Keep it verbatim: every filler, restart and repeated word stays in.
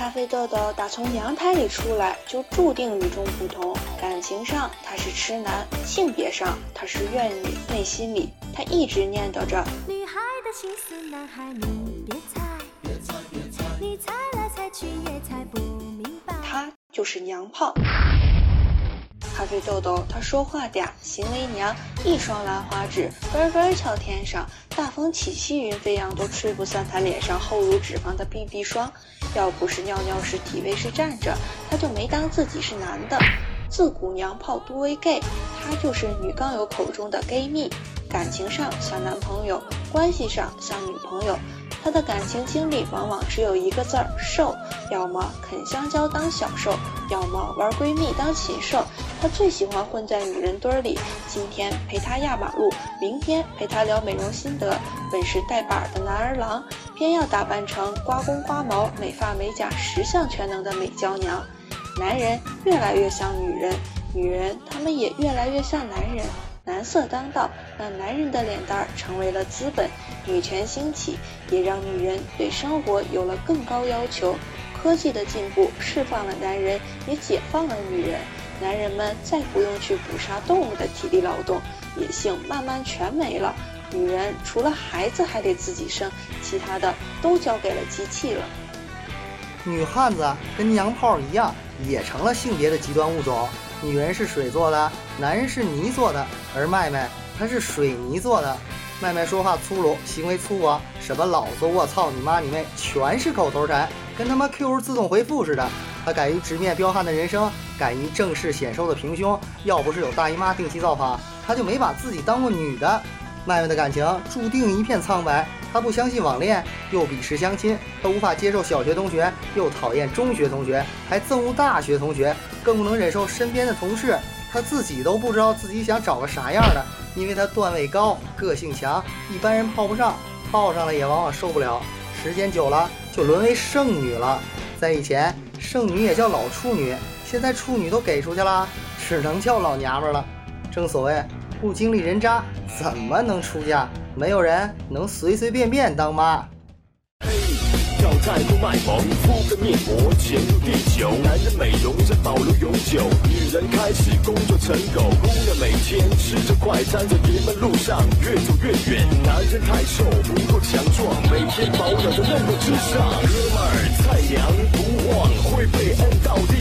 咖啡豆豆打从娘胎里出来就注定与众不同，感情上他是痴男，性别上他是怨女，内心里他一直念叨着女孩的心思男孩你别猜，你猜来猜去也猜不明白， 他就是娘炮。咖啡豆豆他说话嗲，行为娘，一双兰花指根根翘天上，大风起细云飞扬都吹不散他脸上厚如脂肪的 B B 霜。要不是尿尿时体位是站着，他就没当自己是男的。自古娘炮多为 gay， 他就是女杠友口中的 gay 蜜。感情上像男朋友，关系上像女朋友，他的感情经历往往只有一个字儿受，要么啃香蕉当小受，要么玩闺蜜当禽兽。他最喜欢混在女人堆里，今天陪她压马路，明天陪她聊美容心得，本是带把的男儿郎，偏要打扮成刮公刮毛美发美甲十项全能的美娇娘。男人越来越像女人，女人他们也越来越像男人。男色当道，让男人的脸蛋成为了资本，女权兴起，也让女人对生活有了更高要求。科技的进步释放了男人，也解放了女人。男人们再不用去捕杀动物的体力劳动，野性慢慢全没了。女人除了孩子还得自己生，其他的都交给了机器了。 女汉子跟娘炮一样，也成了性别的极端物种。女人是水做的，男人是泥做的，而麦麦她是水泥做的。麦麦说话粗鲁，行为粗犷，什么老子我操你妈你妹全是口头禅，跟他妈 Q 自动回复似的。她敢于直面彪悍的人生，敢于正视显瘦的平胸，要不是有大姨妈定期造访，她就没把自己当过女的。麦麦的感情注定一片苍白，她不相信网恋，又鄙视相亲，她无法接受小学同学，又讨厌中学同学，还憎恶大学同学，更不能忍受身边的同事。她自己都不知道自己想找个啥样的，因为她段位高，个性强，一般人泡不上，泡上了也往往受不了，时间久了就沦为剩女了。在以前，剩女也叫老处女，现在处女都给出去了，只能叫老娘们了。正所谓不经历人渣怎么能出嫁，没有人能随随便便当妈。 要太多卖萌，敷个面膜，潜入地球。男人美容在保留永久，女人开始工作成狗。姑娘每天吃着快餐，在爷们路上越走越远。男人太瘦不够强壮，每天保养着嫩肉之上。哥们儿菜娘不忘，会被摁到地